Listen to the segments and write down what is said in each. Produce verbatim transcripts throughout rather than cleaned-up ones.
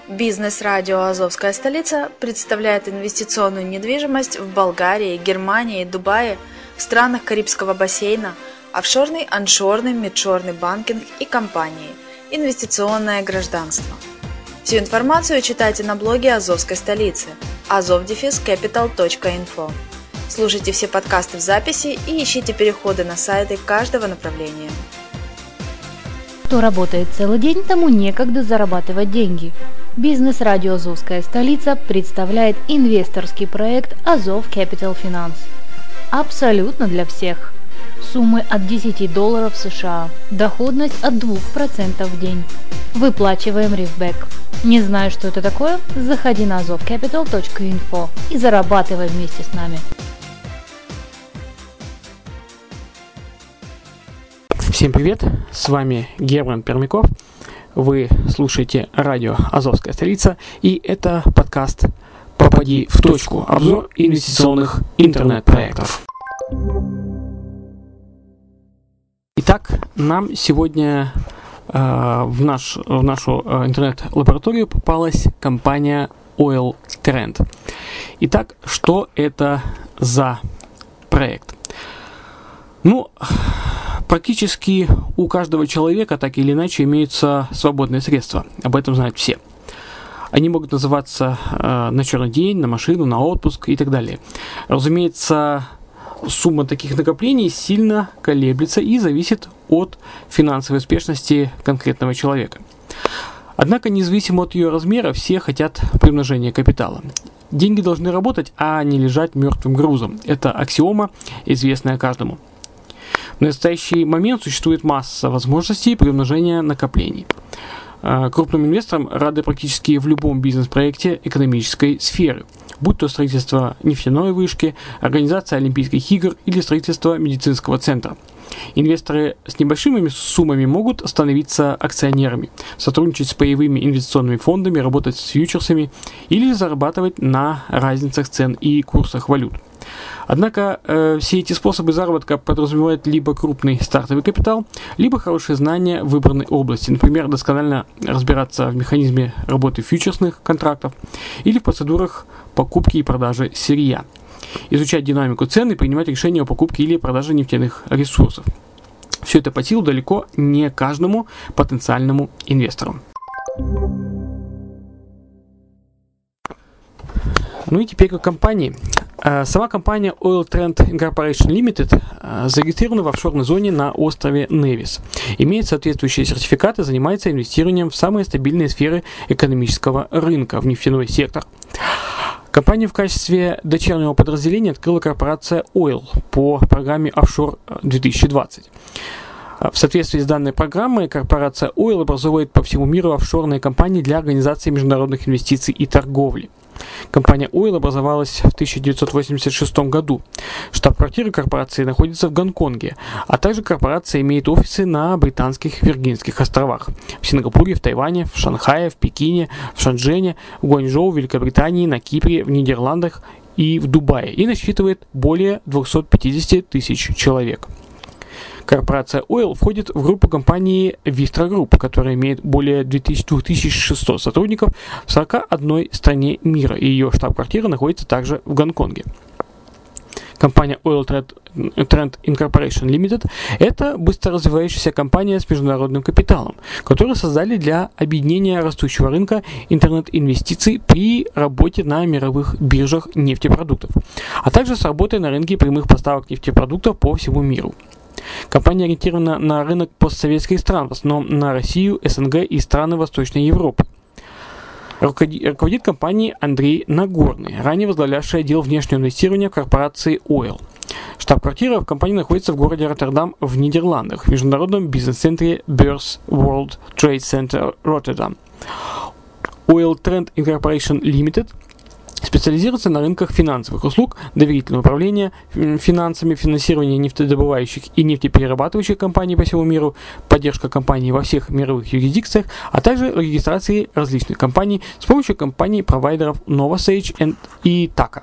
Бизнес-радио «Азовская столица» представляет инвестиционную недвижимость в Болгарии, Германии, Дубае, в странах Карибского бассейна, офшорный, аншорный, мидшорный банкинг и компании, инвестиционное гражданство. Всю информацию читайте на блоге «Азовской столицы» азов дефис капитал точка инфо. Слушайте все подкасты в записи и ищите переходы на сайты каждого направления. Кто работает целый день, тому некогда зарабатывать деньги. Бизнес-радио «Азовская столица» представляет инвесторский проект Azov Capital Finance. Абсолютно для всех. Суммы от десяти долларов США. Доходность от двух процентов в день. Выплачиваем рифбэк. Не знаешь, что это такое? Заходи на азов капитал точка инфо и зарабатывай вместе с нами. Всем привет, с вами Герман Пермяков, вы слушаете радио «Азовская столица» и это подкаст «Попади в точку», обзор инвестиционных интернет-проектов. Итак, нам сегодня э, в, наш, в нашу э, интернет-лабораторию попалась компания Oil Trend. Итак, что это за проект? Ну, практически у каждого человека так или иначе имеются свободные средства. Об этом знают все. Они могут называться э, на черный день, на машину, на отпуск и так далее. Разумеется, сумма таких накоплений сильно колеблется и зависит от финансовой успешности конкретного человека. Однако, независимо от ее размера, все хотят примножения капитала. Деньги должны работать, а не лежать мертвым грузом. Это аксиома, известная каждому. В настоящий момент существует масса возможностей приумножения накоплений. Крупным инвесторам рады практически в любом бизнес-проекте экономической сферы, будь то строительство нефтяной вышки, организация Олимпийских игр или строительство медицинского центра. Инвесторы с небольшими суммами могут становиться акционерами, сотрудничать с паевыми инвестиционными фондами, работать с фьючерсами или зарабатывать на разницах цен и курсах валют. Однако э, все эти способы заработка подразумевают либо крупный стартовый капитал, либо хорошие знания в выбранной области, например, досконально разбираться в механизме работы фьючерсных контрактов или в процедурах покупки и продажи сырья, изучать динамику цен и принимать решения о покупке или продаже нефтяных ресурсов. Все это по силу далеко не каждому потенциальному инвестору. Ну и теперь к компании. Сама компания Oil Trend Incorporation Limited зарегистрирована в офшорной зоне на острове Невис, имеет соответствующие сертификаты, занимается инвестированием в самые стабильные сферы экономического рынка, в нефтяной сектор. Компанию в качестве дочернего подразделения открыла корпорация Oil по программе Offshore две тысячи двадцать. В соответствии с данной программой, корпорация Oil образует по всему миру офшорные компании для организации международных инвестиций и торговли. Компания Oil образовалась в тысяча девятьсот восемьдесят шестом году. Штаб-квартира корпорации находится в Гонконге, а также корпорация имеет офисы на Британских Виргинских островах, в Сингапуре, в Тайване, в Шанхае, в Пекине, в Шанчжэне, в Гуанчжоу, в Великобритании, на Кипре, в Нидерландах и в Дубае и насчитывает более двухсот пятидесяти тысяч человек. Корпорация Oil входит в группу компании Vistra Group, которая имеет более двух тысяч шестисот сотрудников в сорока одной стране мира, и ее штаб-квартира находится также в Гонконге. Компания Oil Trend Incorporation Limited – это быстро развивающаяся компания с международным капиталом, которую создали для объединения растущего рынка интернет-инвестиций при работе на мировых биржах нефтепродуктов, а также с работой на рынке прямых поставок нефтепродуктов по всему миру. Компания ориентирована на рынок постсоветских стран, в основном на Россию, СНГ и страны Восточной Европы. Руководит компанией Андрей Нагорный, ранее возглавлявший отдел внешнего инвестирования в корпорации Oil. Штаб-квартира компании находится в городе Роттердам в Нидерландах, в международном бизнес-центре Beurs World Trade Center Rotterdam. Oil Trend Incorporation Limited специализируется на рынках финансовых услуг, доверительного управления финансами, финансирования нефтедобывающих и нефтеперерабатывающих компаний по всему миру, поддержка компаний во всех мировых юрисдикциях, а также регистрации различных компаний с помощью компаний-провайдеров NovaSage и Taka.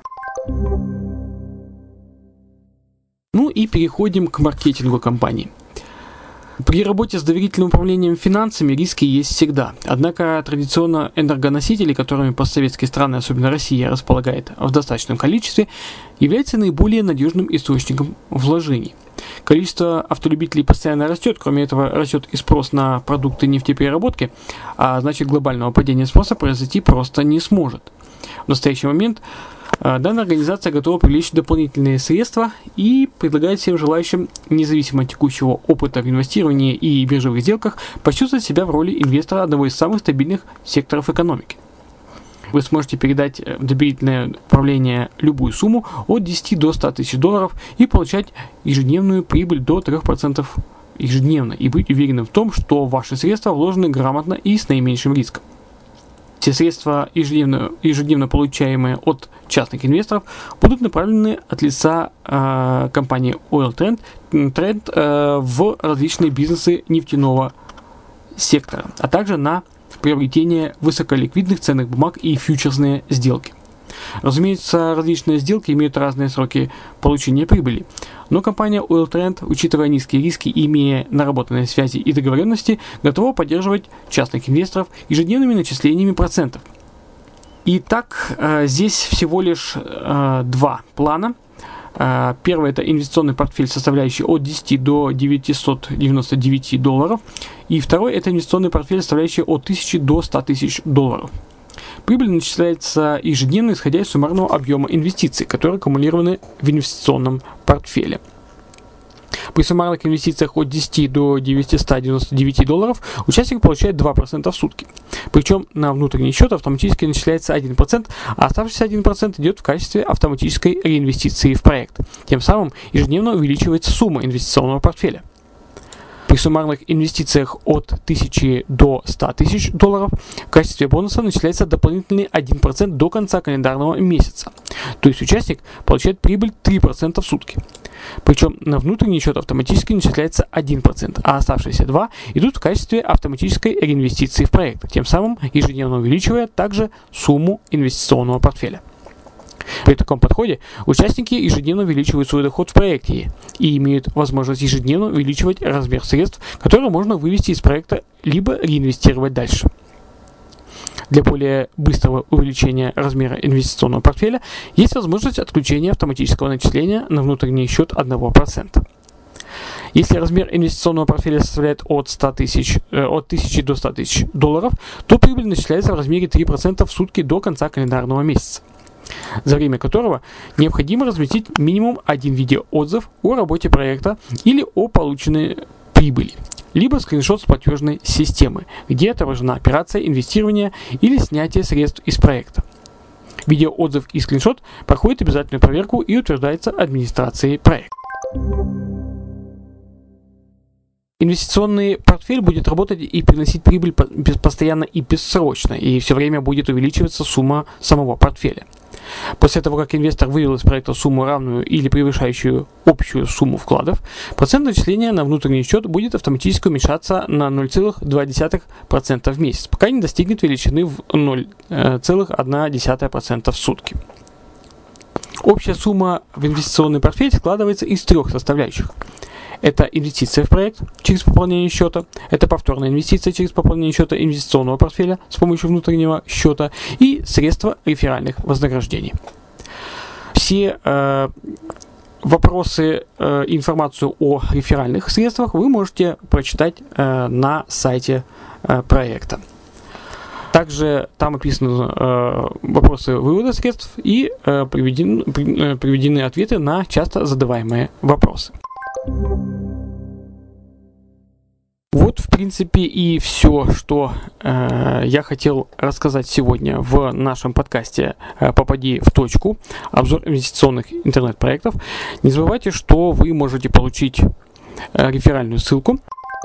Ну и переходим к маркетингу компании. При работе с доверительным управлением финансами риски есть всегда. Однако традиционно энергоносители, которыми постсоветские страны, особенно Россия, располагает в достаточном количестве, являются наиболее надежным источником вложений. Количество автолюбителей постоянно растет, кроме этого растет и спрос на продукты нефтепереработки, а значит глобального падения спроса произойти просто не сможет. В настоящий момент данная организация готова привлечь дополнительные средства и предлагает всем желающим, независимо от текущего опыта в инвестировании и биржевых сделках, почувствовать себя в роли инвестора одного из самых стабильных секторов экономики. Вы сможете передать в доверительное управление любую сумму от десяти до ста тысяч долларов и получать ежедневную прибыль до трёх процентов ежедневно и быть уверенным в том, что ваши средства вложены грамотно и с наименьшим риском. Все средства, ежедневно, ежедневно получаемые от частных инвесторов, будут направлены от лица э, компании Oil Trend, Trend э, в различные бизнесы нефтяного сектора, а также на приобретение высоколиквидных ценных бумаг и фьючерсные сделки. Разумеется, различные сделки имеют разные сроки получения прибыли, но компания Oil Trend, учитывая низкие риски и имея наработанные связи и договоренности, готова поддерживать частных инвесторов ежедневными начислениями процентов. Итак, здесь всего лишь два плана. Первый – это инвестиционный портфель, составляющий от десяти до девятисот девяноста девяти долларов. И второй – это инвестиционный портфель, составляющий от тысячи до ста тысяч долларов. Прибыль начисляется ежедневно, исходя из суммарного объема инвестиций, которые аккумулированы в инвестиционном портфеле. При суммарных инвестициях от десяти до девятисот девяноста девяти долларов участник получает два процента в сутки. Причем на внутренний счет автоматически начисляется один процент, а оставшийся один процент идет в качестве автоматической реинвестиции в проект. Тем самым ежедневно увеличивается сумма инвестиционного портфеля. При суммарных инвестициях от тысячи до ста тысяч долларов в качестве бонуса начисляется дополнительный один процент до конца календарного месяца. То есть участник получает прибыль три процента в сутки. Причем на внутренний счет автоматически начисляется один процент, а оставшиеся два процента идут в качестве автоматической реинвестиции в проект, тем самым ежедневно увеличивая также сумму инвестиционного портфеля. При таком подходе участники ежедневно увеличивают свой доход в проекте и имеют возможность ежедневно увеличивать размер средств, которые можно вывести из проекта, либо реинвестировать дальше. Для более быстрого увеличения размера инвестиционного портфеля есть возможность отключения автоматического начисления на внутренний счет одного процента. Если размер инвестиционного портфеля составляет от, ста тысяч, э, от тысячи до ста тысяч долларов, то прибыль начисляется в размере три процента в сутки до конца календарного месяца, за время которого необходимо разместить минимум один видеоотзыв о работе проекта или о полученной прибыли, либо скриншот с платежной системы, где отображена операция инвестирования или снятия средств из проекта. Видеоотзыв и скриншот проходят обязательную проверку и утверждается администрацией проекта. Инвестиционный портфель будет работать и приносить прибыль постоянно и бессрочно, и все время будет увеличиваться сумма самого портфеля. После того, как инвестор вывел из проекта сумму, равную или превышающую общую сумму вкладов, процент начисления на внутренний счет будет автоматически уменьшаться на ноль целых две десятых процента в месяц, пока не достигнет величины в ноль целых одна десятая процента в сутки. Общая сумма в инвестиционный портфель складывается из трех составляющих. Это инвестиция в проект через пополнение счета, это повторная инвестиция через пополнение счета инвестиционного портфеля с помощью внутреннего счета и средства реферальных вознаграждений. Все э, вопросы и э, информацию о реферальных средствах вы можете прочитать э, на сайте э, проекта. Также там описаны э, вопросы вывода средств и э, приведены, при, приведены ответы на часто задаваемые вопросы. Вот, в принципе, и все, что э, я хотел рассказать сегодня в нашем подкасте э, «Попади в точку», обзор инвестиционных интернет-проектов. Не забывайте, что вы можете получить э, реферальную ссылку.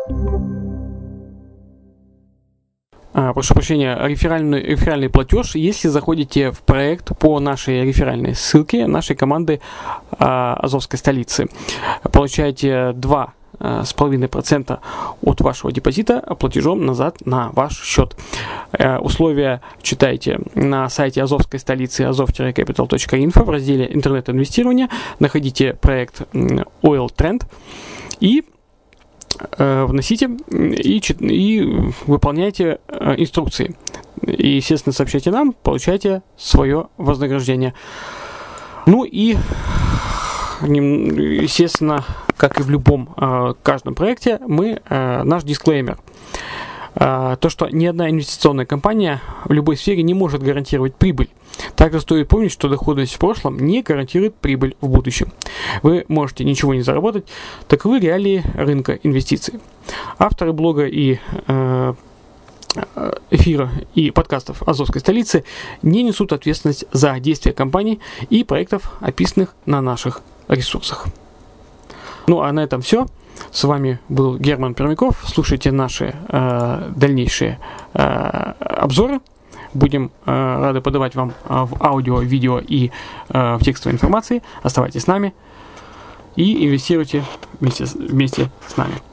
А, прошу прощения, реферальный, реферальный платеж, если заходите в проект по нашей реферальной ссылке нашей команды а, Азовской столицы. Получаете два с половиной процента от вашего депозита платежом назад на ваш счет. Э, условия читайте на сайте Азовской столицы азов капитал точка инфо в разделе интернет-инвестирования. Находите проект Oil Trend и э, вносите и, и выполняйте э, инструкции. И, естественно, сообщайте нам, получайте свое вознаграждение. Ну и, естественно, как и в любом э, каждом проекте, мы э, наш дисклеймер. Э, то, что ни одна инвестиционная компания в любой сфере не может гарантировать прибыль. Также стоит помнить, что доходность в прошлом не гарантирует прибыль в будущем. Вы можете ничего не заработать, таковы реалии рынка инвестиций. Авторы блога и э, эфира и подкастов Азовской столицы не несут ответственность за действия компаний и проектов, описанных на наших ресурсах. Ну а на этом все. С вами был Герман Пермяков. Слушайте наши э, дальнейшие э, обзоры. Будем э, рады подавать вам э, в аудио, видео и э, в текстовой информации. Оставайтесь с нами и инвестируйте вместе, вместе с нами.